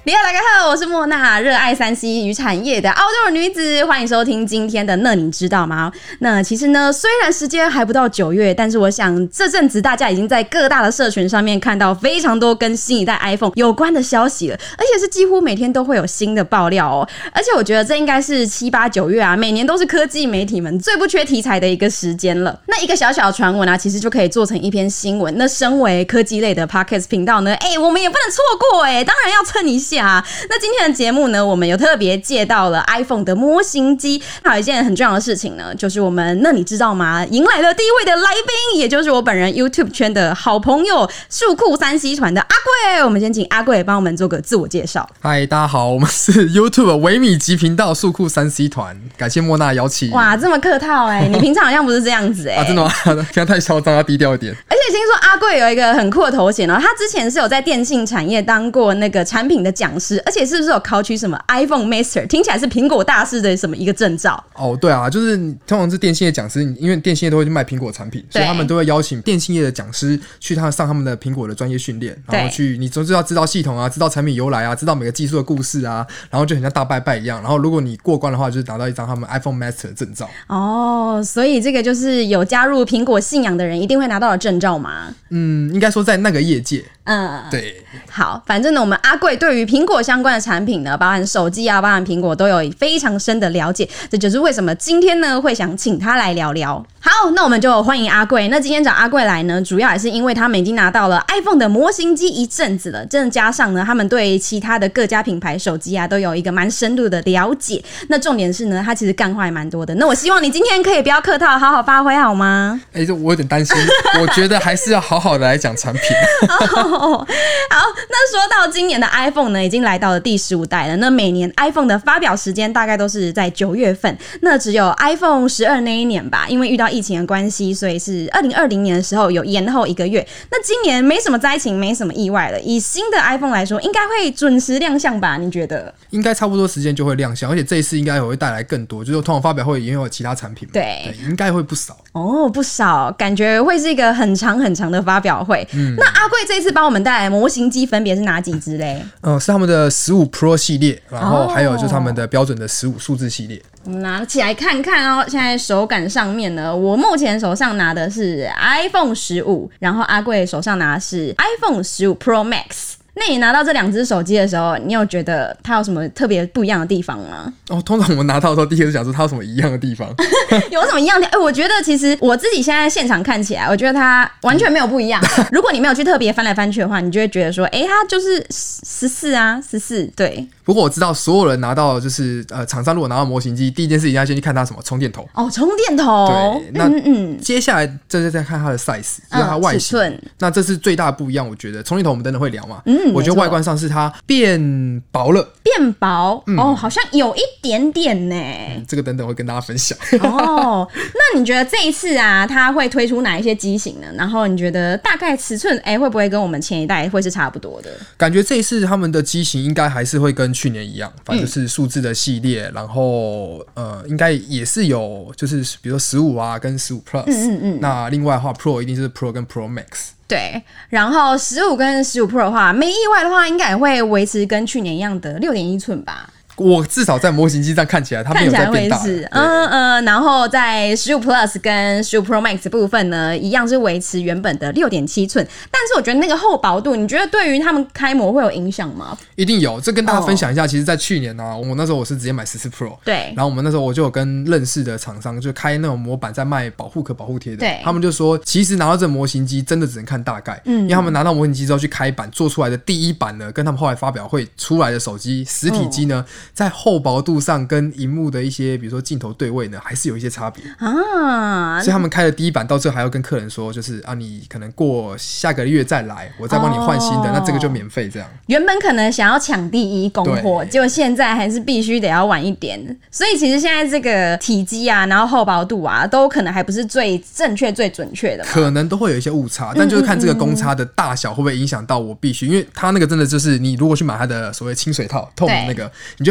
你好，大家好，我是莫娜，热爱3C 与产业的 outdoor 女子，欢迎收听今天的那你知道吗？那其实呢，虽然时间还不到9月，但是我想这阵子大家已经在各大的社群上面看到非常多跟新一代 iPhone 有关的消息了，而且是几乎每天都会有新的爆料哦。而且我觉得这应该是7、8、9月啊，每年都是科技媒体们最不缺题材的一个时间了。那一个小小的传闻啊，其实就可以做成一篇新闻。那身为科技类的 Podcast 频道呢，我们也不能错过当然要蹭一下。那今天的节目呢，我们有特别借到了 iPhone 的模型机。还有一件很重要的事情呢，就是我们那你知道吗？迎来了第一位的来宾，也就是我本人 YouTube 圈的好朋友数库3C团的阿贵。我们先请阿贵帮我们做个自我介绍。 嗨，大家好，我们是 YouTube 微米级频道数库3C团，感谢莫娜的邀请。 哇，这么客套你平常好像不是这样子啊，真的吗？现在太嚣张，要低调一点。 而且听说阿贵有一个很酷的头衔他之前是有在电信产业当过那个产品的讲师，而且是不是有考取什么 iPhone Master？ 听起来是苹果大师的什么一个证照？ 哦，对啊，就是通常是电信业讲师，因为电信业都会去卖苹果产品，所以他们都会邀请电信业的讲师去上他们的苹果的专业训练，然后去你总是要知道系统啊，知道产品由来啊，知道每个技术的故事啊，然后就很像大拜拜一样。然后如果你过关的话，就是拿到一张他们 iPhone Master 的证照。 哦，所以这个就是有加入苹果信仰的人一定会拿到的证照吗？ 应该说在那个业界。对。 好，反正呢，我们阿贵对于苹果相关的产品呢，包含手机啊，包含苹果都有非常深的了解，这就是为什么今天呢会想请他来聊聊。好，那我们就欢迎阿贵。那今天找阿贵来呢，主要也是因为他们已经拿到了 iPhone 的模型机一阵子了，真的加上呢，他们对其他的各家品牌手机啊都有一个蛮深度的了解。那重点是呢，他其实干话也蛮多的。那我希望你今天可以不要客套，好好发挥好吗？ 这我有点担心，我觉得还是要好好的来讲产品。 好，那说到今年的 iPhone 呢，已经来到了第15代了。那每年 iPhone 的发表时间大概都是在9月份，那只有 iPhone 12那一年吧，因为遇到疫情的关系，所以是2020年的时候有延后1个月。那今年没什么灾情，没什么意外了。以新的 iPhone 来说，应该会准时亮相吧？你觉得？应该差不多时间就会亮相，而且这一次应该也会带来更多，就是通常发表会也有其他产品嘛，对，应该会不少哦，不少，感觉会是一个很长很长的发表会。那阿贵这一次帮我们带来的模型机分别是哪几支嘞？ 是他们的15 Pro 系列，然后还有就是他们的标准的15数字系列。 我们拿起来看看哦。现在手感上面呢，我目前手上拿的是 iPhone 15，然后阿贵手上拿的是 iPhone 15 Pro Max。那你拿到这2只手机的时候，你有觉得它有什么特别不一样的地方吗？ 通常我们拿到的时候，第一个是想说它有什么一样的地方。 有什么一样的？我觉得其实我自己现在现场看起来，我觉得它完全没有不一样。如果你没有去特别翻来翻去的话，你就会觉得说，它就是14啊，14，对。 不过我知道所有人拿到就是厂商如果拿到模型机，第一件事情要先去看它什么充电头。 充电头。 对，那接下来就是再看它的 size， 就是它外形。那这是最大的不一样，我觉得充电头我们等等会聊嘛。我觉得外观上是它变薄了， 变薄。好像有一点点呢。 这个等等会跟大家分享。 那你觉得这一次啊，它会推出哪一些机型呢？然后你觉得大概尺寸会不会跟我们前一代会是差不多的？ 感觉这一次他们的机型应该还是会跟去年一样，反正就是数字的系列，然后应该也是有就是比如说15啊跟15 Plus，那另外的话 Pro 一定是 Pro 跟 Pro Max。 对，然后15跟15 Pro 的话，没意外的话，应该也会维持跟去年一样的6.1寸吧。 我至少在模型机上看起来它没有在变大。 然后在15 Plus 跟15 Pro Max 部分呢，一样是维持原本的6.7寸，但是我觉得那个厚薄度，你觉得对于他们开模会有影响吗？ 一定有，这跟大家分享一下。其实在去年啊，我那时候我是直接买14 Pro， 对，然后我们那时候我就有跟认识的厂商就开那种模板在卖保护壳保护贴的，对，他们就说其实拿到这模型机真的只能看大概，因为他们拿到模型机之后去开版做出来的第一版呢，跟他们后来发表会出来的手机实体机呢，在厚薄度上跟萤幕的一些比如说镜头对位呢还是有一些差别啊，所以他们开的第一版到最后还要跟客人说，就是你可能过下个月再来我再帮你换新的，那这个就免费这样。原本可能想要抢第一供货，结果现在还是必须得要晚一点，所以其实现在这个体积啊，然后厚薄度啊，都可能还不是最正确最准确的嘛， 可能都会有一些误差，但就是看这个公差的大小会不会影响到我必须，因为它那个真的就是你如果去买它的所谓清水套透明那个，你就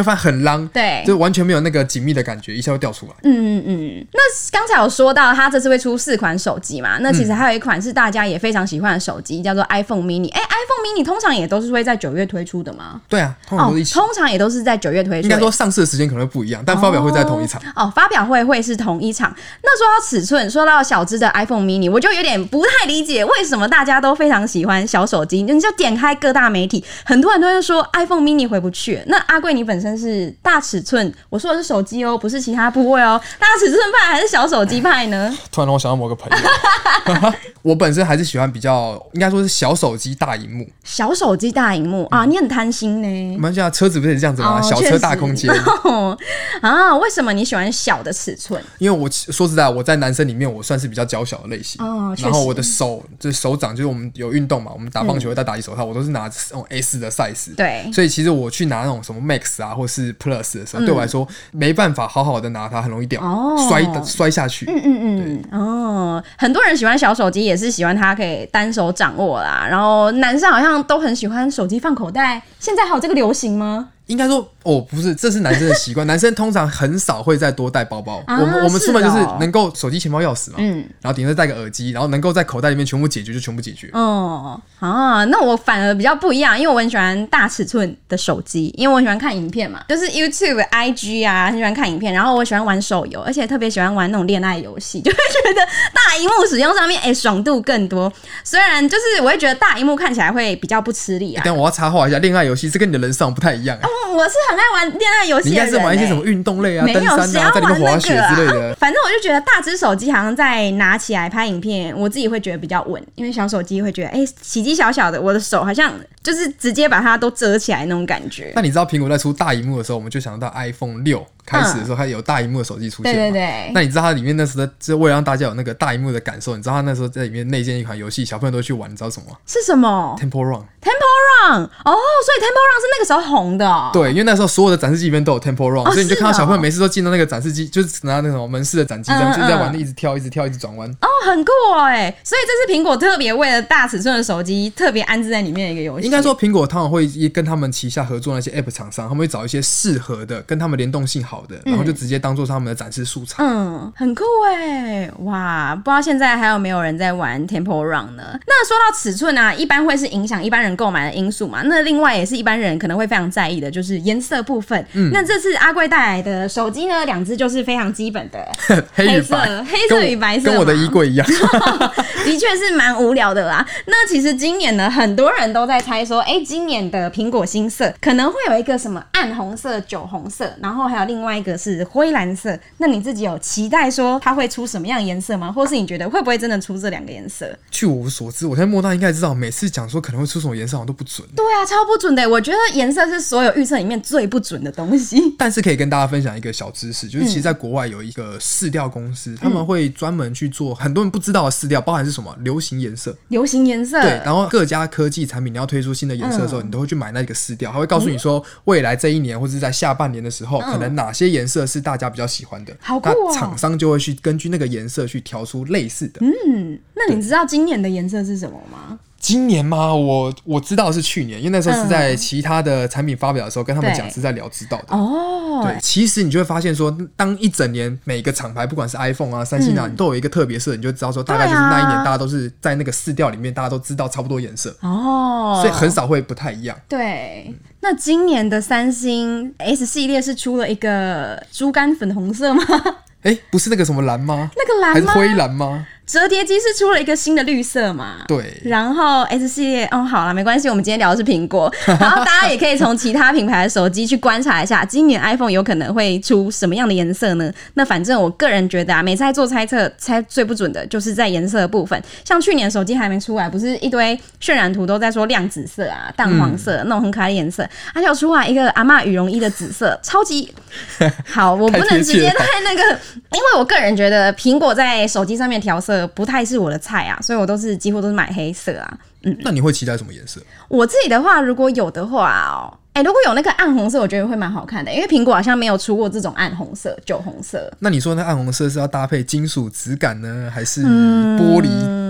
就发现很浪， 对， 就完全没有那个紧密的感觉，一下就掉出来。 那刚才有说到它这次会出4款手机嘛，那其实还有一款是大家也非常喜欢的手机，叫做 iPhone mini。iPhone mini 通常也都是会在9月推出的吗？ 对啊，通常都是一起。 通常也都是在9月推出。 应该说上市的时间可能会不一样，但发表会在同一场。 发表会是同一场。那说到尺寸，说到小只的 iPhone mini， 我就有点不太理解为什么大家都非常喜欢小手机。你就点开各大媒体，很多人都会说 iPhone mini 回不去。那阿贵，你本身是大尺寸，我说的是手机哦，不是其他部位哦。大尺寸派还是小手机派呢？ 突然让我想到某个朋友，我本身还是喜欢比较，应该说是小手机大萤幕。 小手机大萤幕啊，你很贪心呢。 我们现在车子不是这样子吗？小车大空间。 为什么你喜欢小的尺寸？ 因为我说实在，我在男生里面我算是比较娇小的类型。然后我的手就是手掌，就是我们有运动嘛，我们打棒球会戴打击手套，我都是拿那种 S 的 size。对，所以其实我去拿那种什么 Max 啊，或是 Plus 的时候，对我来说没办法好好的拿它，很容易掉，摔下去。 很多人喜欢小手机，也是喜欢它可以单手掌握啦。然后男生好像都很喜欢手机放口袋，现在还有这个流行吗？ 应该说不是，这是男生的习惯。男生通常很少会再多带包包。我们出门就是能够手机、钱包、钥匙嘛，然后顶多带个耳机，然后能够在口袋里面全部解决就全部解决。 那我反而比较不一样，因为我很喜欢大尺寸的手机，因为我很喜欢看影片嘛，就是 YouTube、IG 啊，很喜欢看影片，然后我喜欢玩手游，而且特别喜欢玩那种恋爱游戏，就会觉得大萤幕使用上面爽度更多。虽然就是我会觉得大萤幕看起来会比较不吃力啊。 但我要插话一下，恋爱游戏是跟你的人设不太一样。 我是很爱玩恋爱游戏的人。 你应该是玩一些什么运动类啊、登山啊，在里面滑雪之类的。 反正我就觉得大只手机好像在拿起来拍影片，我自己会觉得比较稳，因为小手机会觉得体积小小的，我的手好像就是直接把它都遮起来那种感觉。 那你知道苹果在出大萤幕的时候，我们就想到 iPhone 6开始的时候，它有大萤幕的手机出现嘛？对。那你知道它里面那时候就为了让大家有那个大萤幕的感受，你知道它那时候在里面内建一款游戏，小朋友都去玩，你知道什么吗？ 是什么 ？Temple Run。 所以 Temple Run 是那个时候红的哦。 对，因为那时候所有的展示机里面都有 Temple Run，所以你就看到小朋友每次都进到那个展示机，就是拿那种门市的展机，这样就在玩，一直跳，一直跳，一直转弯。 很酷所以这是苹果特别为了大尺寸的手机特别安置在里面的一个游戏。 应该说，苹果通常会跟他们旗下合作那些 App 厂商，他们会找一些适合的、跟他们联动性好的，然后就直接当做他们的展示素材。 很酷哇！不知道现在还有没有人在玩 Temple Run 呢？那说到尺寸啊，一般会是影响一般人购买的因素嘛。那另外也是一般人可能会非常在意的，就是颜色部分。那这次阿贵带来的手机呢，2只就是非常基本的黑色与白色， 跟我的衣柜一样。 的确是蛮无聊的啦。那其实今年呢，很多人都在猜说，今年的苹果新色可能会有一个什么暗红色、酒红色，然后还有另外一个是灰蓝色。那你自己有期待说它会出什么样的颜色吗？或是你觉得会不会真的出这2个颜色？ 据我所知，我在莫大应该知道，每次讲说可能会出什么颜色好像都不准。 对啊，超不准的。我觉得颜色是所有预测里面最不准的东西。 但是可以跟大家分享一个小知识，就是其实在国外有一个饲料公司，他们会专门去做很多人不知道的饲料，包含是什么流行颜色。对，然后各家科技产品你要推出新的颜色的时候，你都会去买那个饲料，他会告诉你说未来这一年或者是在下半年的时候，可能哪些颜色是大家比较喜欢的。 好酷哦！ 那厂商就会去根据那个颜色去调出类似的。 那你知道今年的颜色是什么吗？ 今年吗？我知道是去年，因为那时候是在其他的产品发表的时候跟他们讲师在聊知道的。对，其实你就会发现说，当一整年每个厂牌，不管是 iPhone 啊、三星啊，你都有一个特别色，你就知道说大概就是那一年大家都是在那个饲料里面，大家都知道差不多颜色。所以很少会不太一样。 对。那今年的三星 S 系列是出了一个猪肝粉红色吗？ 不是那个什么蓝吗？ 那个蓝吗？ 还是灰蓝吗？ 折叠机是出了一个新的绿色嘛？ 对。 然后 S 系列，好啦，没关系，我们今天聊的是苹果，然后大家也可以从其他品牌的手机去观察一下，今年 iPhone 有可能会出什么样的颜色呢？那反正我个人觉得每次在做猜测，猜最不准的就是在颜色的部分。像去年手机还没出来，不是一堆渲染图都在说亮紫色啊、淡黄色、那种很可爱的颜色，而且有出来一个阿嬷羽绒衣的紫色，超级好，我不能直接在那个，因为我个人觉得苹果在手机上面调色不太是我的菜啊，所以我几乎都是买黑色啊。 那你会期待什么颜色？ 我自己的话，如果有的话如果有那个暗红色，我觉得会蛮好看的，因为苹果好像没有出过这种暗红色、酒红色。 那你说那暗红色是要搭配金属质感呢，还是玻璃？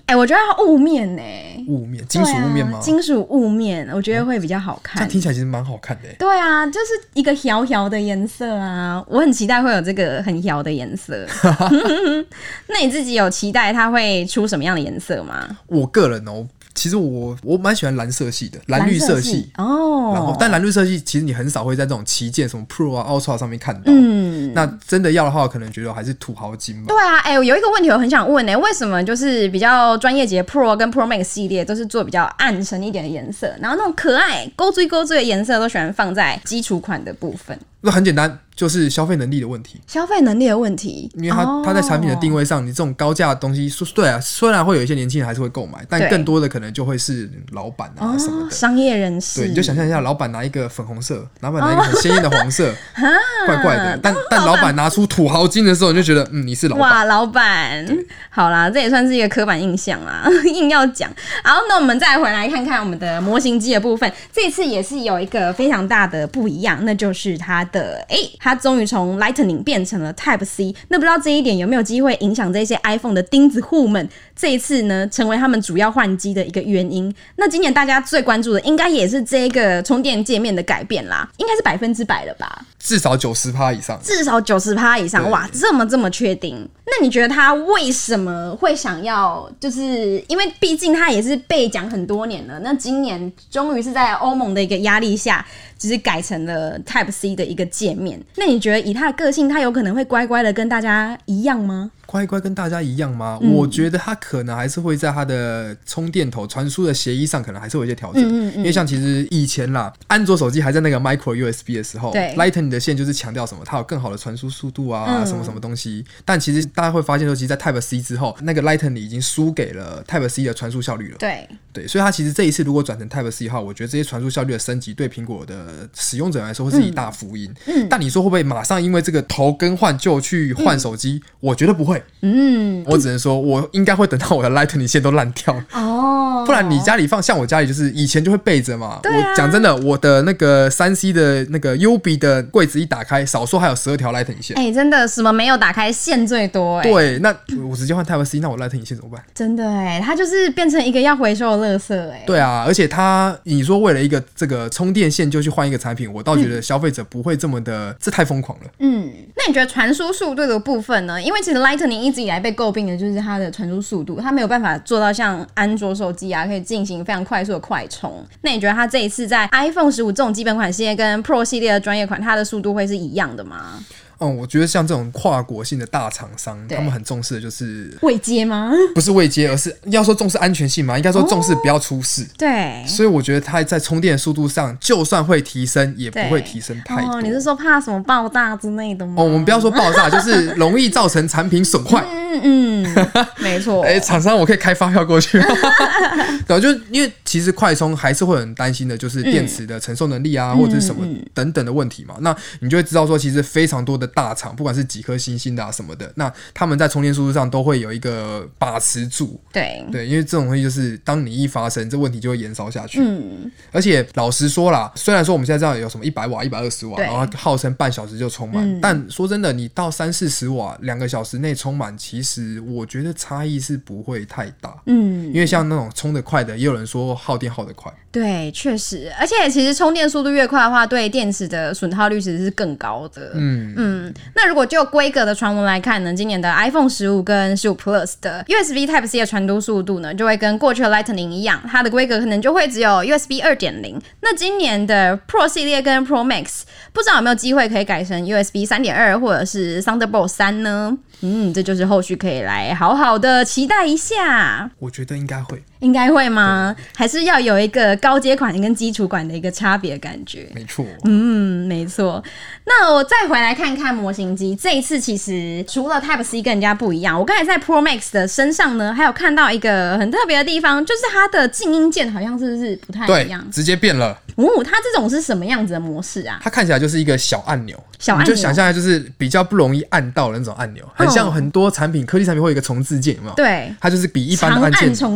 我觉得它雾面雾面，金属雾面吗？ 金属雾面，我觉得会比较好看。 这样听起来其实蛮好看的。 对啊，就是一个摇摇的颜色啊，我很期待会有这个很摇的颜色。那你自己有期待它会出什么样的颜色吗？ 我个人其实我蛮喜欢蓝色系的，蓝绿色系哦。 然后，但蓝绿色系其实你很少会在这种旗舰什么 Pro 啊、Ultra 上面看到。那真的要的话，可能觉得还是土豪金吧。 对啊，有一个问题我很想问为什么就是比较专业级的 Pro 跟 Pro Max 系列都是做比较暗沉一点的颜色，然后那种可爱勾追的颜色都喜欢放在基础款的部分？ 那很简单，就是消费能力的问题。 消费能力的问题， 因为它在产品的定位上，你这种高价的东西，对啊，虽然会有一些年轻人还是会购买，但更多的可能就会是老板啊什么的商业人士。 对，你就想象一下，老板拿一个粉红色，老板拿一个很鲜艳的黄色，怪怪的。但老板拿出土豪金的时候，你就觉得你是老板。 哇，老板，好啦，这也算是一个刻板印象啦，硬要讲。好，那我们再回来看看我们的模型机的部分，这次也是有一个非常大的不一样，那就是它终于从 Lightning 变成了 Type C。那不知道这一点有没有机会影响这些 iPhone 的钉子户们，这一次呢成为他们主要换机的一个原因。那今年大家最关注的应该也是这个充电界面的改变啦，应该是100%了吧？ 至少90%以上， 至少90%以上。哇，这么确定？那你觉得他为什么会想要？就是因为毕竟他也是被讲很多年了，那今年终于是在欧盟的一个压力下，只是改成了 Type C 的一个界面。那你觉得以他的个性，他有可能会乖乖的跟大家一样吗？ 乖乖跟大家一样吗？我觉得他可能还是会在他的充电头传输的协议上可能还是会有一些调整。因为像其实以前啦，安卓手机还在那个 Micro USB 的时候， Lightning 的线就是强调什么它有更好的传输速度啊，什么什么东西。但其实大家会发现说，其实在 Type C 之后，那个 Lightning 已经输给了 Type C 的传输效率了。对，所以它其实这一次如果转成 Type C 的话，我觉得这些传输效率的升级对苹果的使用者来说会是一大福音。但你说会不会马上因为这个头更换就去换手机？我觉得不会。我只能说我应该会等到我的 Lightning 线都烂掉了。不然你家里放，像我家里就是以前就会备着嘛。我讲真的，我的那个3C 的那个 UB 的柜子一打开，少说还有12条 Lightning 线。真的什么没有打开线最多。对，那我直接换 Type C， 那我 Lightning 线怎么办？真的它就是变成一个要回收的垃圾。对啊，而且你说为了一个这个充电线就去换一个产品，我倒觉得消费者不会这么的，这太疯狂了。那你觉得传输速度的部分呢？因为其实 Lightning 一直以来被诟病的就是它的传输速度，它没有办法做到像安卓手机可以进行非常快速的快充。那你觉得它这一次在 iPhone 15这种基本款系列跟 Pro 系列的专业款，它的速度会是一样的吗？我觉得像这种跨国性的大厂商，他们很重视的就是位阶吗？不是位阶，而是要说重视安全性嘛，应该说重视不要出事。对，所以我觉得它在充电速度上，就算会提升，也不会提升太多。你是说怕什么爆炸之类的吗？我们不要说爆炸，就是容易造成产品损坏。没错。厂商我可以开发票过去。对，就因为其实快充还是会很担心的，就是电池的承受能力啊，或者是什么等等的问题嘛。那你就会知道说，其实非常多的大厂，不管是几颗星星的什么的，那他们在充电速度上都会有一个把持住。对，因为这种东西就是当你一发生，这问题就会延烧下去。而且老实说啦，虽然说我们现在知道有什么100瓦、120瓦，然后号称半小时就充满，但说真的，你到30-40瓦2个小时内充满，其实我觉得差异是不会太大。因为像那种充得快的，也有人说耗电耗得快。对，确实，而且其实充电速度越快的话，对电池的损耗率其实是更高的。那如果就规格的传闻来看呢，今年的 iPhone 15跟15 Plus 的 USB Type C 的传输速度呢，就会跟过去的 Lightning 一样，它的规格可能就会只有 USB 2.0。那今年的 Pro 系列跟 Pro Max 不知道有没有机会可以改成 USB 3.2 或者是 Thunderbolt 3呢？这就是后续可以来好好的期待一下。我觉得应该会。应该会吗？还是要有一个高阶款跟基础款的一个差别感觉？没错。没错。那我再回来看看模型机，这一次其实除了 Type C 跟人家不一样，我刚才在 Pro Max 的身上呢，还有看到一个很特别的地方，就是它的静音键好像是不是不太一样？对，直接变了。它这种是什么样子的模式啊？它看起来就是一个小按钮，你就想象就是比较不容易按到的那种按钮，很像很多产品科技产品会有一个重置键，有没有？对，它就是比一般的按键重置什么之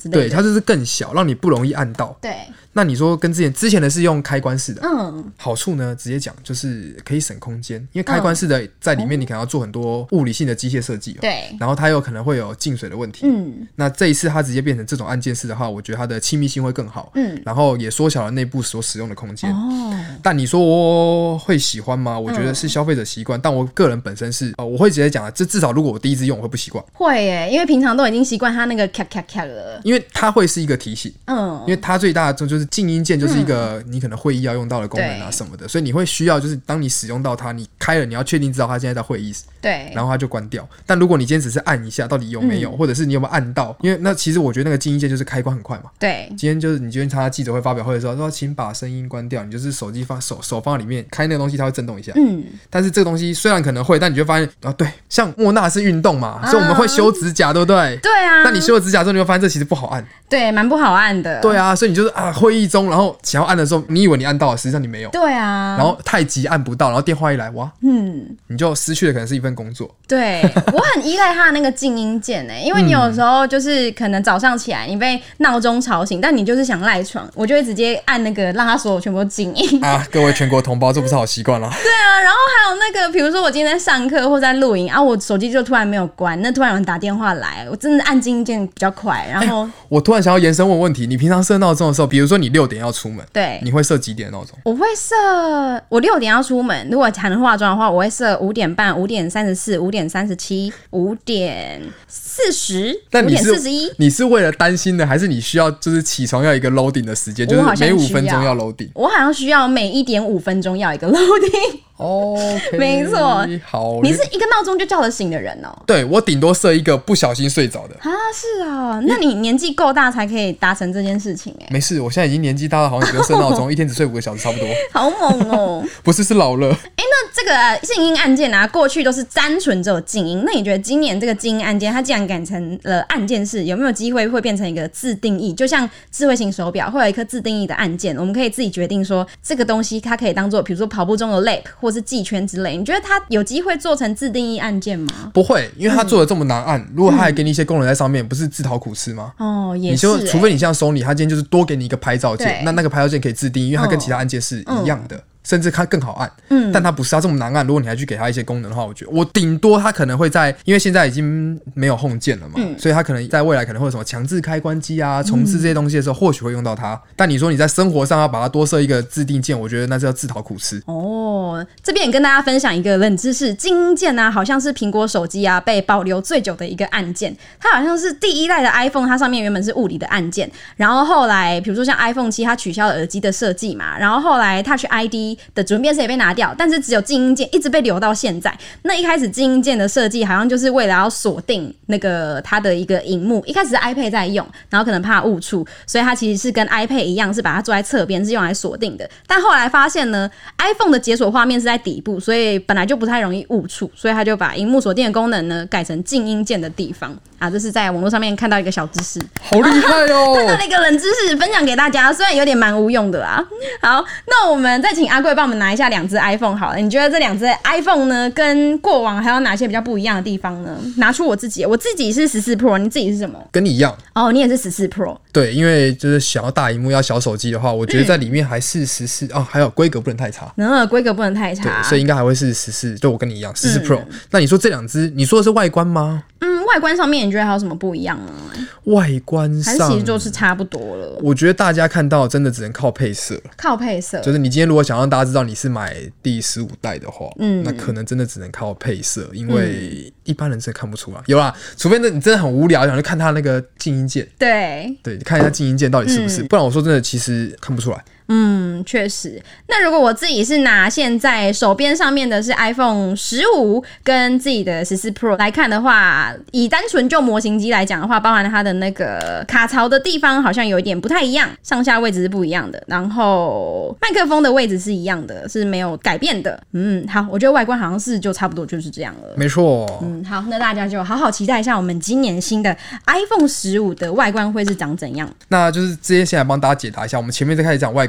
之类的。 对，它就是更小，让你不容易按到。 对。 那你说跟之前的是用开关式的，好处呢，直接讲就是可以省空间，因为开关式的在里面你可能要做很多物理性的机械设计， 对， 然后它有可能会有进水的问题，那这一次它直接变成这种按键式的话，我觉得它的气密性会更好，然后也缩小了内部所使用的空间。但你说我会喜欢吗？我觉得是消费者习惯，但我个人本身是我会直接讲，这至少如果我第一次用我会不习惯， 会耶，因为平常都已经习惯它那个咔咔咔了， 因为它会是一个提醒，因为它最大的就是静音键就是一个你可能会议要用到的功能啊什么的，所以你会需要就是当你使用到它，你开了你要确定知道它现在在会议室， 对， 然后它就关掉。但如果你今天只是按一下到底有没有，或者是你有没有按到，因为那其实我觉得那个静音键就是开关很快嘛， 对， 今天参加记者会发表会的时候说请把声音关掉，你就是手机手放在里面开那个东西它会震动一下，但是这个东西虽然可能会，但你就发现对，像莫娜是运动嘛，所以我们会修指甲，对不对？ 对啊， 但你修了指甲之后你会发现这其实不好按， 对，蛮不好按的， 对啊，所以你就是会议中然后想要按的时候你以为你按到了，实际上你没有， 对啊， 然后太急按不到，然后电话一来哇，你就失去了可能是一份工作。 对，我很依赖它的那个静音键因为你有时候就是可能早上起来你被闹钟吵醒，但你就是想赖床，我就会直接按那个让它所有全部都静音各位全国同胞，这不是好习惯了。 对啊，然后还有那个比如说我今天在上课或在录影我手机就突然没有关，那突然有人打电话来，我真的按静音键比较快，然后我突然想要延伸问题，你平常设闹钟的时候，比如说你6点要出门， 对， 你会设几点的闹钟？ 我会设我6点要出门，如果还能化妆的话我会设5点半、5点34、5点37、5点40、5点41。 你是为了担心的，还是你需要就是起床要一个 loading 的时间，就是每5分钟要 loading？ 我好像需要每1.5分钟要一个 loading。 OK， 没错， 好， 你是一个闹钟就叫得醒的人对，我顶多设一个不小心睡着的是那你年纪够大才可以达成这件事情没事，我现在已经年纪大了，好像不用设闹钟，一天只睡5个小时差不多。 好猛不是老了那这个静音按键过去都是单纯只有静音，那你觉得今年这个静音按键它既然改成了按键式，有没有机会会变成一个自定义，就像智慧型手表会有一颗自定义的按键，我们可以自己决定说这个东西它可以当做比如说跑步中的 lap 或是计圈之类，你觉得它有机会做成自定义按键吗？ 不会，因为它做的这么难按，如果它还给你一些功能在上面，不是自讨苦吃吗？ 也是， 你就除非你像 Sony， 它今天就是多给你一个拍照键，那个拍照键可以自定义，因为它跟其他按键是一样的。甚至它更好按，但它不是它这么难按。如果你还去给它一些功能的话，我觉得我顶多它可能会在，因为现在已经没有 Home 键了嘛，所以它可能在未来可能会有什么强制开关机重置这些东西的时候，或许会用到它。但你说你在生活上要把它多设一个自定键，我觉得那是要自讨苦吃。 这边也跟大家分享一个冷知识，静音键好像是苹果手机被保留最久的一个按键，它好像是第1代的 iPhone， 它上面原本是物理的按键，然后后来比如说像 iPhone 7，它取消了耳机的设计嘛，然后后来 Touch ID的主变色也被拿掉，但是只有静音键一直被留到现在。那一开始静音键的设计好像就是为了要锁定那个它的一个萤幕，一开始是 iPad 在用，然后可能怕误触，所以它其实是跟 iPad 一样，是把它坐在侧边，是用来锁定的。但后来发现呢 ，iPhone 的解锁画面是在底部，所以本来就不太容易误触，所以他就把萤幕锁定的功能呢改成静音键的地方这是在网络上面看到一个小知识， 好厉害看到了一个冷知识分享给大家，虽然有点蛮无用的啦。好，那我们再请阿贵帮我们拿一下2只 iPhone 好了，你觉得这2只 iPhone 呢跟过往还有哪些比较不一样的地方呢？拿出我自己是14 Pro， 你自己是什么？ 跟你一样你也是14 Pro。 对，因为就是想要大萤幕要小手机的话，我觉得在里面还是14还有规格不能太差， 规格不能太差， 对，所以应该还会是14，就我跟你一样14 Pro。那你说这2只，你说的是外观吗？ 外观上面你觉得还有什么不一样呢？ 外观上还是其实就是差不多了。 我觉得大家看到真的只能靠配色，就是你今天如果想让大家知道你是买第15代的话，那可能真的只能靠配色，因为一般人真的看不出来。有啦，除非你真的很无聊，想去看它那个静音键，对，看一下静音键到底是不是，不然我说真的其实看不出来。 确实。那如果我自己是拿现在手边上面的是 iPhone 15跟自己的14 Pro 来看的话，以单纯就模型机来讲的话，包含它的那个卡槽的地方好像有一点不太一样，上下位置是不一样的，然后麦克风的位置是一样的，是没有改变的。好，我觉得外观好像是就差不多就是这样了。 没错。 好，那大家就好好期待一下我们今年新的 iPhone 15的外观会是长怎样。 那就是直接先来帮大家解答一下，我们前面在开始讲外观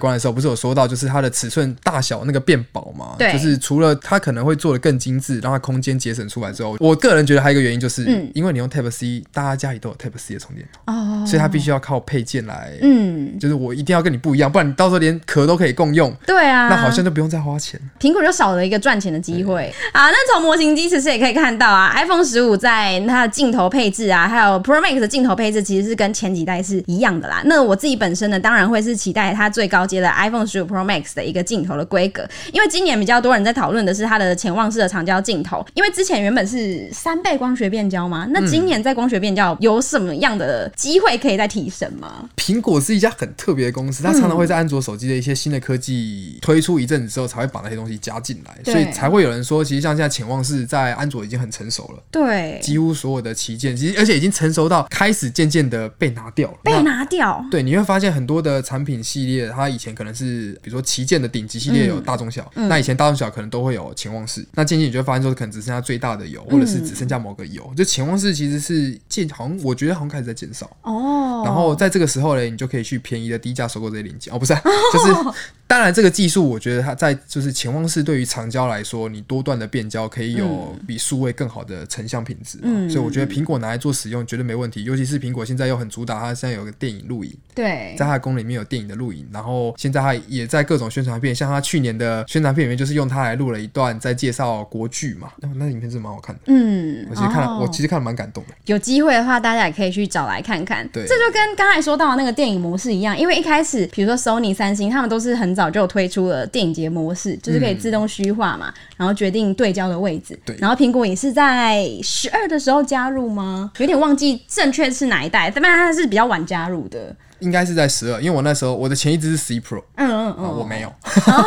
观的时候，不是有说到就是它的尺寸大小那个变薄嘛？对，就是除了它可能会做得更精致，让它空间节省出来之后，我个人觉得还有一个原因就是，因为你用 Type C， 大家家里都有 Type C 的充电头，所以它必须要靠配件来，就是我一定要跟你不一样，不然你到时候连壳都可以共用。对啊，那好像就不用再花钱， 苹果就少了一个赚钱的机会啊。那从模型机其实也可以看到啊 ，iPhone 15在它的镜头配置啊，还有 Pro Max 的镜头配置其实是跟前几代是一样的啦。那我自己本身呢，当然会是期待它最高阶的 iPhone 15 Pro Max 的一个镜头的规格，因为今年比较多人在讨论的是它的潜望式的长焦镜头，因为之前原本是3倍光学变焦嘛，那今年在光学变焦有什么样的机会可以再提升吗？ 苹果是一家很特别的公司，它常常会在安卓手机的一些新的科技推出一阵子之后，才会把那些东西加进来，所以才会有人说，其实像现在潜望式在安卓已经很成熟了，对，几乎所有的旗舰，其实而且已经成熟到开始渐渐的被拿掉了， 被拿掉。 对，你会发现很多的产品系列，它以前可能是比如说旗舰的顶级系列有大中小，那以前大中小可能都会有潜望式，那渐渐你就会发现说，可能只剩下最大的有，或者是只剩下某个有，就潜望式其实是好像我觉得好像开始在减少哦。然后在这个时候呢，你就可以去便宜的低价收购这些零件哦，不是、就是当然这个技术我觉得它在就是潜望式对于长焦来说，你多段的变焦可以有比数位更好的成像品质、所以我觉得苹果拿来做使用绝对没问题，尤其是苹果现在又很主打它现在有个电影录影，对，在它的功能里面有电影的录影，然后现在它也在各种宣传片，像它去年的宣传片里面就是用它来录了一段在介绍国剧嘛，那影片是蛮好看的，我其实看了蛮感动的。 有机会的话大家也可以去找来看看，对，这就跟刚才说到的那个电影模式一样，因为一开始比如说 Sony 三星他们都是很早就推出了电影节模式，就是可以自动虚化嘛，然后决定对焦的位置，对，然后苹果也是在12的时候加入吗？有点忘记正确是哪一代，但它是比较晚加入的， 应该是在12，因为我那时候我的前一支是11 Pro， 我没有。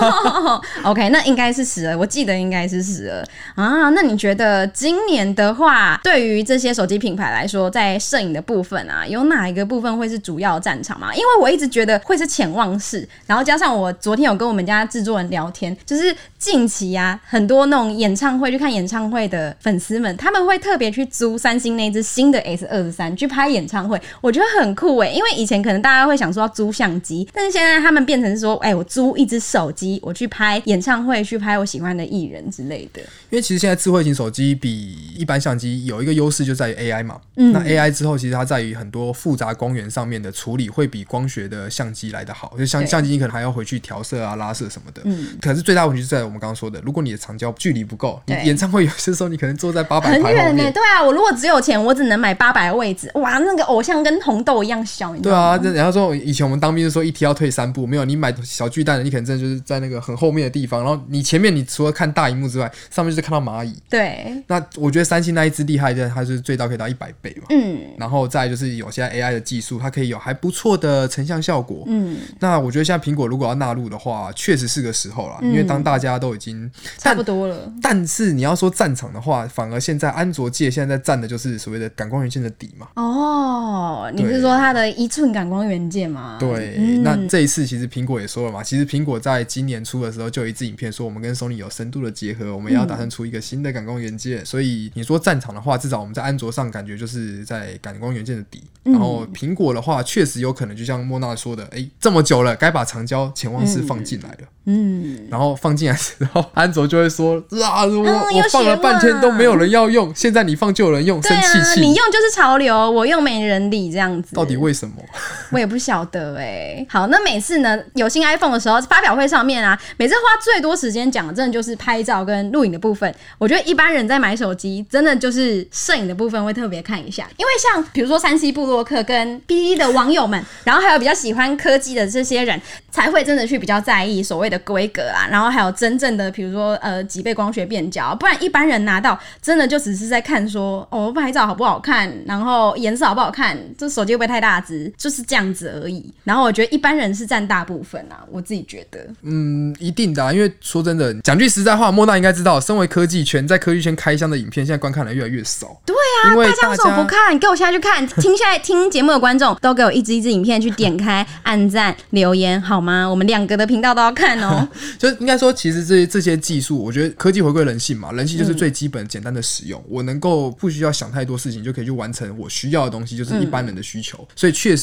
OK， 那应该是12，我记得应该是12啊。那你觉得今年的话，对于这些手机品牌来说，在摄影的部分啊，有哪一个部分会是主要战场吗？因为我一直觉得会是潜望式，然后加上我昨天有跟我们家制作人聊天，就是近期啊，很多那种演唱会去看演唱会的粉丝们，他们会特别去租三星那支新的 S23 去拍演唱会，我觉得很酷欸，因为以前可能大家会想说要租相机，但是现在他们变成说，我租一支手机，我去拍演唱会，去拍我喜欢的艺人之类的。 因为其实现在智慧型手机比一般相机有一个优势，就在于 AI 嘛。那 AI 之后，其实它在于很多复杂光源上面的处理，会比光学的相机来得好。就相机你可能还要回去调色啊、拉色什么的。可是最大问题就在我们刚刚说的，如果你的长焦距离不够，你演唱会有些时候你可能坐在800排后面，很远欸。对啊，我如果只有钱，我只能买800的位置，哇，那个偶像跟红豆一样小，你知道吗？ 对啊，然后说以前我们当兵就说一梯要退3步，没有你买小巨蛋的，你可能真的就是在那个很后面的地方，然后你前面你除了看大萤幕之外，上面就是看到蚂蚁。对，那我觉得三星那一支厉害的，它就是最大可以到100倍嘛。然后再来就是有现在 AI 的技术，它可以有还不错的成像效果。那我觉得现在苹果如果要纳入的话，确实是个时候啦，因为当大家都已经差不多了。 但是你要说战场的话，反而现在安卓界现在在战的就是所谓的感光元件的底嘛。哦， 你是说它的1寸感光元件吗？ 对，那这一次其实苹果也说了嘛，其实苹果在今年初的时候就有一支影片说，我们跟 Sony 有深度的结合，我们也要打算出一个新的感光元件。所以你说战场的话，至少我们在安卓上感觉就是在感光元件的底。然后苹果的话，确实有可能就像莫娜说的，这么久了，该把长焦潜望式放进来了。然后放进来之后，安卓就会说啊，我放了半天都没有人要用，现在你放就有人用，生气气。 你用就是潮流，我用没人理这样子。 到底为什么？ 我也不晓得好，那每次呢有新 iPhone 的时候，发表会上面啊，每次花最多时间讲的，真的就是拍照跟录影的部分。我觉得一般人在买手机，真的就是摄影的部分会特别看一下，因为像比如说3C 部落客跟 PTT 的网友们，然后还有比较喜欢科技的这些人，才会真的去比较在意所谓的规格啊，然后还有真正的比如说几倍光学变焦，不然一般人拿到真的就只是在看说拍照好不好看，然后颜色好不好看，这手机会不会太大只，就是这样子而已。然后我觉得一般人是占大部分啊，我自己觉得。 一定的因为说真的，讲句实在话，莫娜应该知道，身为科技圈，在科技圈开箱的影片，现在观看的越来越少。 对啊，大家为什么不看？给我现在去看！现在听节目的观众都给我一支影片去点开、按赞、留言好吗？我们2个的频道都要看哦。 就应该说，其实这些技术，我觉得科技回归人性嘛，人性就是最基本简单的使用。我能够不需要想太多事情，就可以去完成我需要的东西，就是一般人的需求。所以确实就是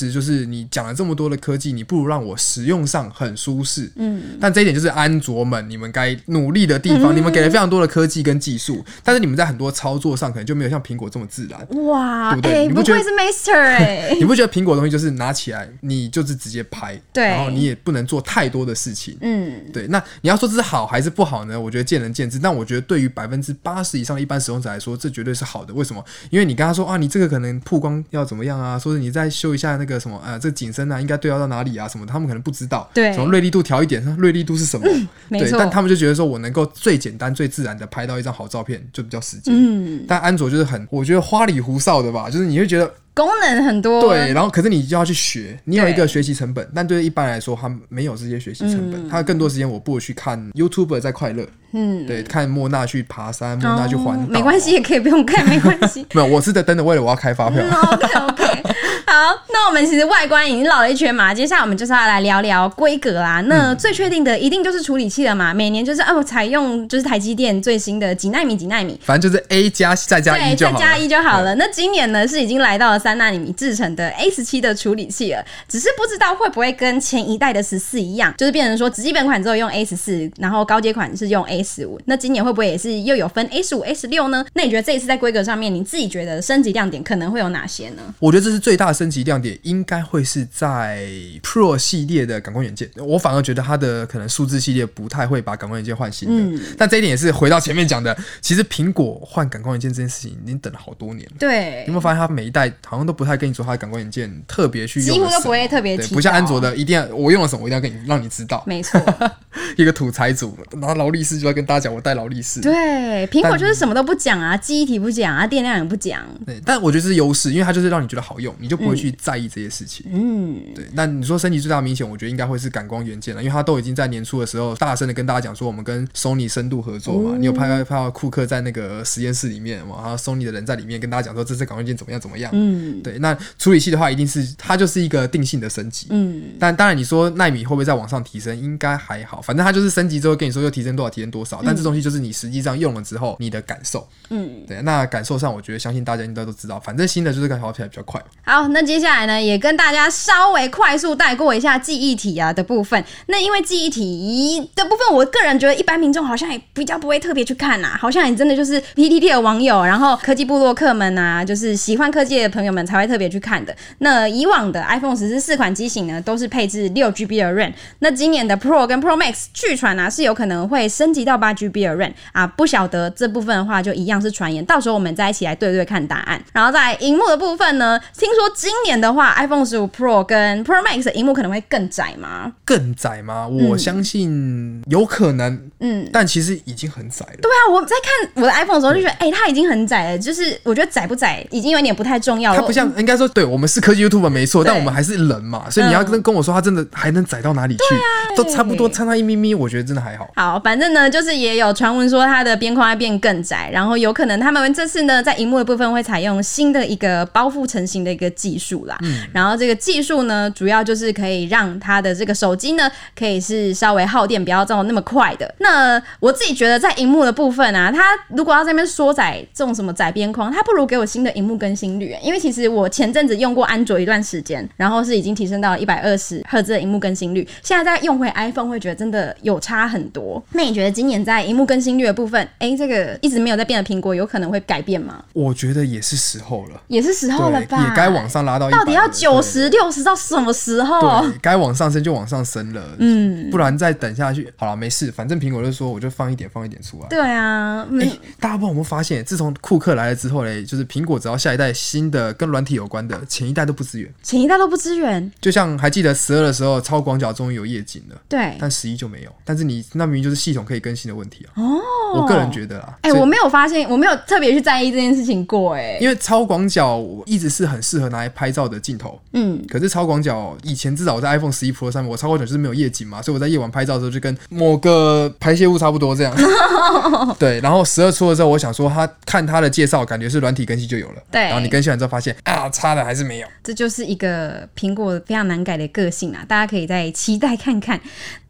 就是你讲了这么多的科技，你不如让我使用上很舒适。但这一点就是安卓们你们该努力的地方，你们给了非常多的科技跟技术，但是你们在很多操作上可能就没有像苹果这么自然。 哇， 对不对？ 你不愧是 Master 你不觉得苹果的东西就是拿起来你就是直接拍， 对， 然后你也不能做太多的事情。对。那你要说这是好还是不好呢？我觉得见仁见智，但我觉得对于80%以上的一般使用者来说，这绝对是好的。为什么？因为你跟他说啊，你这个可能曝光要怎么样啊，说是你再修一下那个什么这个景深啊，应该对焦到哪里啊什么的，他们可能不知道。 对， 什么锐利度调一点，锐利度是什么？对，但他们就觉得说我能够最简单最自然的拍到一张好照片就比较实际。但安卓就是我觉得花里胡哨的吧，就是你会觉得功能很多， 对，然后可是你就要去学，你有一个学习成本，但对一般来说他没有这些学习成本，他更多时间我不如去看 YouTuber 在快乐，对，看莫娜去爬山，莫娜去环岛， 没关系，也可以不用看，没关系。 没有，我是在等着为了我要开发票。 OK， 好，那我们其实外观已经绕了一圈嘛，接下来我们就是要来聊聊规格啦。那最确定的一定就是处理器了嘛，每年就是采用就是台积電最新的几奈米， 反正就是 A 加再加1就好了， 对，再加1就好了。那今年呢是已经来到了3奈米制成的 A17 的处理器了，只是不知道会不会跟前一代的14一样，就是变成说基本款之后用 A14， 然后高阶款是用 A15。那今年会不会也是又有分 A15、A16 呢？那你觉得这一次在规格上面，你自己觉得升级亮点可能会有哪些呢？ 我觉得这是最大的升级亮点，应该会是在 Pro 系列的感光元件。我反而觉得它的可能数字系列不太会把感光元件换新的，但这一点也是回到前面讲的，其实苹果换感光元件这件事情已经等了好多年了。 对， 有没有发现它每一代好像都不太跟你说它的感光元件特别去用， 几乎都不会特别提到， 不像安卓的一定要我用了什么，我一定要让你知道。 没错， 一个土财主拿劳力士就要跟大家讲我带劳力士。 对，苹果就是什么都不讲啊，记忆体不讲啊，电量也不讲。 对，但我觉得这是优势，因为它就是让你觉得好用，你就不会去在意这些事情。对。那你说升级最大的明显，我觉得应该会是感光元件了，因为它都已经在年初的时候大声的跟大家讲说，我们跟 Sony 深度合作嘛。你有拍到库克在那个实验室里面嘛，然后 Sony 的人在里面跟大家讲说这次感光元件怎么样。对。那处理器的话，一定是它就是一个定性的升级。但当然你说奈米会不会再往上提升，应该还好，反正它就是升级之后跟你说又提升多少，但这东西就是你实际上用了之后你的感受。对，那感受上我觉得相信大家应该都知道，反正新的就是跑起来比较快。 好，那接下来呢也跟大家稍微快速带过一下记忆体的部分。那因为记忆体的部分，我个人觉得一般民众好像也比较不会特别去看啊，好像也真的就是 PTT 的网友，然后科技部落客们啊，就是喜欢科技的朋友们才会特别去看的。那以往的 iPhone 14款机型呢，都是配置 6GB 的 RAM， 那今年的 Pro 跟 Pro Max 据传啊是有可能会升级到 8GB 的 RAM 啊，不晓得这部分的话就一样是传言，到时候我们再一起来对看答案。然后在萤幕的部分呢，听说今年的话 iPhone 15 Pro 跟 Pro Max 的萤幕可能会更窄吗？ 更窄吗？我相信有可能，但其实已经很窄了。 对啊，我在看我的 iPhone 的时候就觉得，它已经很窄了，就是我觉得窄不窄已经有点不太重要了。 它不像，应该说，对，我们是科技 YouTuber 没错，但我们还是人嘛，所以你要跟我说它真的还能窄到哪里去，都差不多差那1咪咪，我觉得真的还好。 好，反正呢，就是也有传闻说它的边框会变更窄，然后有可能他们这次呢，在萤幕的部分会采用新的一个包覆成型的一个技术啦。然后这个技术呢，主要就是可以让它的这个手机呢，可以是稍微耗电不要照那么快的。那我自己觉得在萤幕的部分啊，它如果要在那边缩窄这种什么窄边框，它不如给我新的萤幕更新率。因为其实我前阵子用过安卓一段时间，然后是已经提升到了120赫兹的萤幕更新率，现在再用回 iPhone 会觉得真的有差很多。那你觉得今年在萤幕更新率的部分，这个一直没有在变的苹果有可能会改变吗？ 我觉得也是时候了， 也是时候了吧， 也该往上拉到100了， 到底要90、60到什么时候？ 对，该往上升就往上升了，不然再等下去，好了，没事，反正苹果就说我就放一点出来。 对啊， 大家不知道有没有发现，自从库克来了之后嘞，就是苹果只要下一代新的跟软体有关的，前一代都不支援，就像还记得12的时候，超广角终于有夜景了， 对， 但11就没有，但是那明明就是系统可以更新的问题啊。我个人觉得啦， 我没有发现，我没有特别去在意这件事情过， 因为超广角一直是很适合拿来拍照的镜头，可是超广角以前至少我在 iPhone 11 Pro 上面，我超广角就是没有夜景嘛，所以我在夜晚拍照的时候就跟某个排泄物差不多这样。对，然后12出的时候，我想说看他的介绍，感觉是软体更新就有了，对，然后你更新完之后发现差的还是没有， 这就是一个苹果非常难改的个性啦，大家可以再期待看看。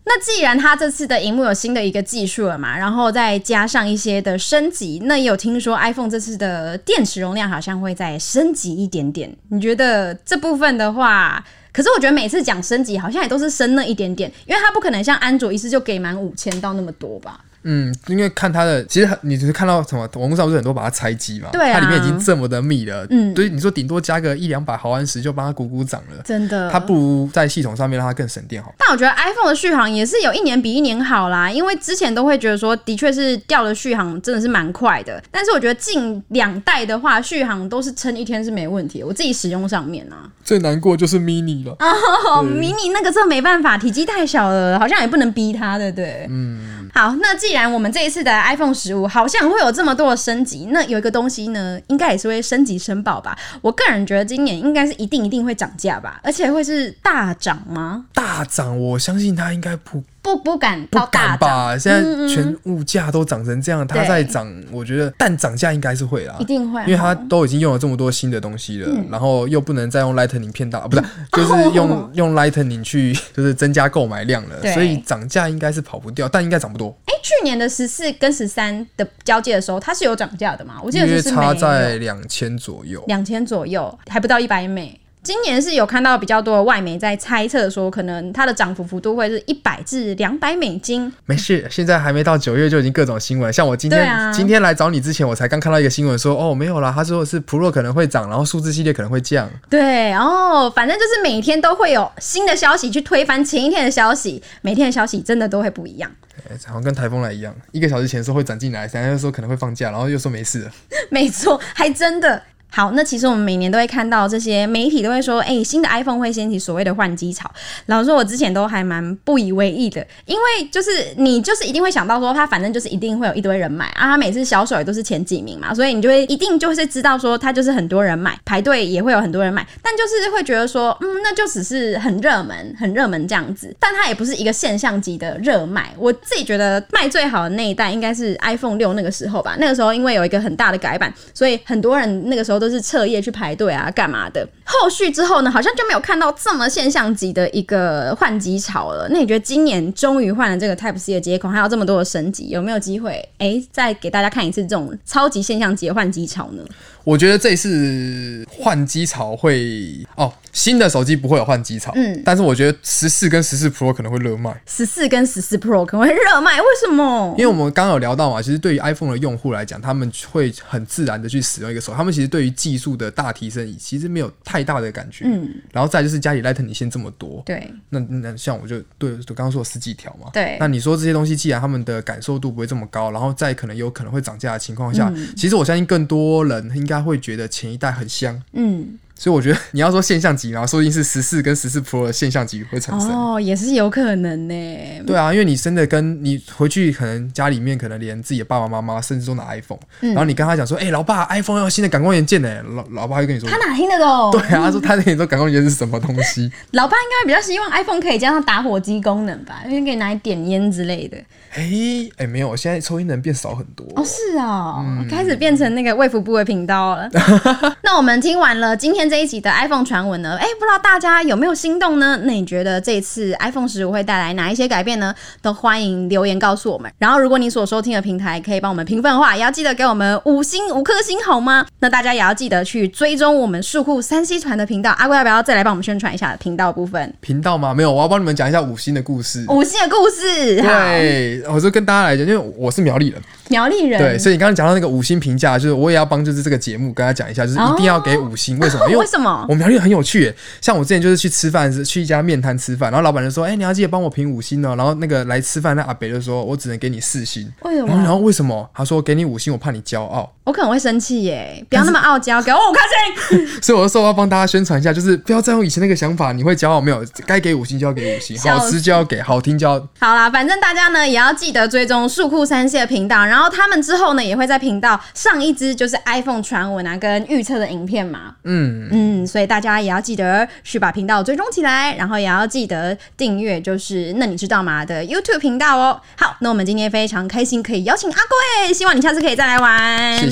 那既然它这次的萤幕有新的一个技术了嘛，然后再加上一些的升级，那也有听说 iPhone 这次的电池容量好像会再升级一点点，你觉得这部分的话？可是我觉得每次讲升级好像也都是升那一点点，因为它不可能像安卓一次就给满5000到那么多吧。 因为看它的，其实你只是看到什么网络上不是很多把它拆机嘛， 对啊， 它里面已经这么的密了，所以你说顶多加个100-200毫安时就帮它鼓掌了， 真的， 它不如在系统上面让它更省电好。 但我觉得 iPhone 的续航也是有一年比一年好啦，因为之前都会觉得说的确是掉的续航真的是蛮快的，但是我觉得近2代的话续航都是撑一天是没问题的，我自己使用上面啊， 最难过就是 mini 了 mini 那个真的没办法，体积太小了，好像也不能逼它的，对，好，那既然我们这一次的 iPhone 15好像会有这么多的升级，那有一个东西呢，应该也是会升级升爆吧？我个人觉得今年应该是一定会涨价吧，而且会是大涨吗？ 大涨，我相信它应该不敢到大涨吧？现在全物价都涨成这样，它再涨，我觉得，但涨价应该是会啦， 一定会， 因为它都已经用了这么多新的东西了，然后又不能再用 Lightning 骗到，不是，就是用 Lightning 去就是增加购买量了，所以涨价应该是跑不掉，但应该涨不多。 去年的14跟13的交界的时候，它是有涨价的嘛？我记得是差在2000左右 ，2000左右，还不到100美。今年是有看到比较多的外媒在猜测说，可能它的涨幅幅度会是100至200美金。 没事，现在还没到9月就已经各种新闻，像我今天来找你之前，我才刚看到一个新闻说，没有啦，他说是 Pro 可能会涨，然后数字系列可能会降。 对，反正就是每天都会有新的消息去推翻前一天的消息，每天的消息真的都会不一样。 好像跟台风来一样，1个小时前说会涨进来，然后又说可能会放假，然后又说没事了。 没错，还真的。好，那其实我们每年都会看到这些媒体都会说，新的 iPhone 会掀起所谓的换机潮。老实说，我之前都还蛮不以为意的，因为就是你就是一定会想到说，它反正就是一定会有一堆人买啊，它每次销售也都是前几名嘛，所以你就会一定就是知道说，它就是很多人买，排队也会有很多人买，但就是会觉得说，那就只是很热门这样子，但它也不是一个现象级的热卖。我自己觉得卖最好的那一代应该是 iPhone 6那个时候吧，那个时候因为有一个很大的改版，所以很多人那个时候都是彻夜去排队啊干嘛的。后续之后呢，好像就没有看到这么现象级的一个换机潮了。那你觉得今年终于换了这个 Type-C 的接口，还有这么多的升级，有没有机会再给大家看一次这种超级现象级的换机潮呢？ 我觉得这一次换机潮会新的手机不会有换机潮，但是我觉得14跟14 Pro 可能会热卖。14 跟14 Pro 可能会热卖，为什么？ 因为我们刚刚有聊到嘛，其实对于 iPhone 的用户来讲，他们会很自然的去使用一个手机，他们其实对于技术的大提升其实没有太大的感觉。然后再就是家里 Lightning 线这么多， 对， 那像我就刚刚说10几条嘛， 对， 那你说这些东西既然他们的感受度不会这么高，然后再可能有可能会涨价的情况下，其实我相信更多人应该会觉得前一代很香。所以我觉得你要说现象级嘛，说不定是14跟14 Pro 的现象级会产生。 也是有可能呢。 对啊，因为你真的跟你回去，可能家里面可能连自己的爸爸妈妈甚至都拿 iPhone，然后你跟他讲说，老爸 iPhone 要有新的感光元件呢，老爸会跟你说， 他哪听得懂？ 对啊，他说他跟你说感光元件是什么东西。 老爸应该比较希望 iPhone 可以加上打火机功能吧，因为可以拿来点烟之类的。 没有，现在抽烟的人变少很多。 是开始变成那个卫福部的频道了。那我们听完了今天这一集的 iPhone 传闻呢，不知道大家有没有心动呢？那你觉得这一次 iPhone 15会带来哪一些改变呢？都欢迎留言告诉我们。然后如果你所收听的平台可以帮我们评分的话，也要记得给我们5颗星好吗？那大家也要记得去追踪我们树库3C团的频道。阿贵要不要再来帮我们宣传一下频道部分？ 频道吗？没有，我要帮你们讲一下5星的故事。 5星的故事， 对，我就跟大家来讲，因为我是苗栗人，对，所以你刚刚讲到那个5星评价，就是我也要帮就是这个节目跟他讲一下，就是一定要给5星。为什么？因为我苗栗人很有趣耶。像我之前就是去吃饭，去一家面摊吃饭，然后老板就说：“你要记得帮我评5星哦。”然后那个来吃饭那阿北就说：“我只能给你4星。” 为什么？ 然后为什么？他说：“给你5星，我怕你骄傲。” 我可能会生气耶，不要那么傲娇，给我5颗星。 所以我就说我要帮大家宣传一下，就是不要再用以前那个想法，你会骄傲没有？该给5星就要给5星，好吃就要给，好听就要。 好啦，反正大家呢也要记得追踪树库3C的频道，然后他们之后呢也会在频道上一支就是 iPhone 传闻啊跟预测的影片嘛。所以大家也要记得去把频道追踪起来，然后也要记得订阅就是那你知道吗的 YouTube 频道哦。好，那我们今天非常开心可以邀请阿贵，希望你下次可以再来玩。 谢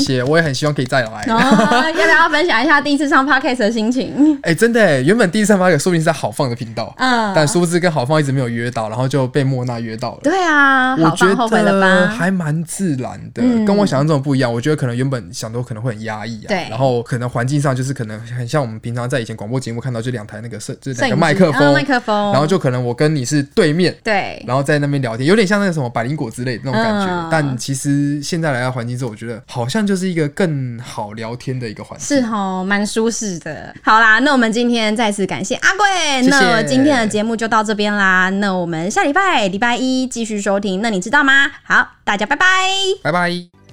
谢，我也很希望可以再来。 要不要分享一下第一次上 Podcast 的心情？ 真的原本第一次上 Podcast 说不定是在好放的频道，但殊不知跟好放一直没有约到，然后就被莫娜约到了。 对啊， 我觉得还蛮自然的，跟我想象中的不一样。我觉得可能原本想都可能会很压抑啊， 对， 然后可能环境上就是可能很像我们平常在以前广播节目看到就2台那个就是2个麦克风，然后就可能我跟你是对面， 对， 然后在那边聊天，有点像那个什么百灵果之类的那种感觉。但其实现在来到环境之后，我觉得好像就是一个更好聊天的一个环境， 是蛮舒适的。好啦，那我们今天再次感谢阿贵， 谢谢。 那今天的节目就到这边啦，那我们下礼拜1继续收听。那你知道吗？好，大家拜拜， 拜拜。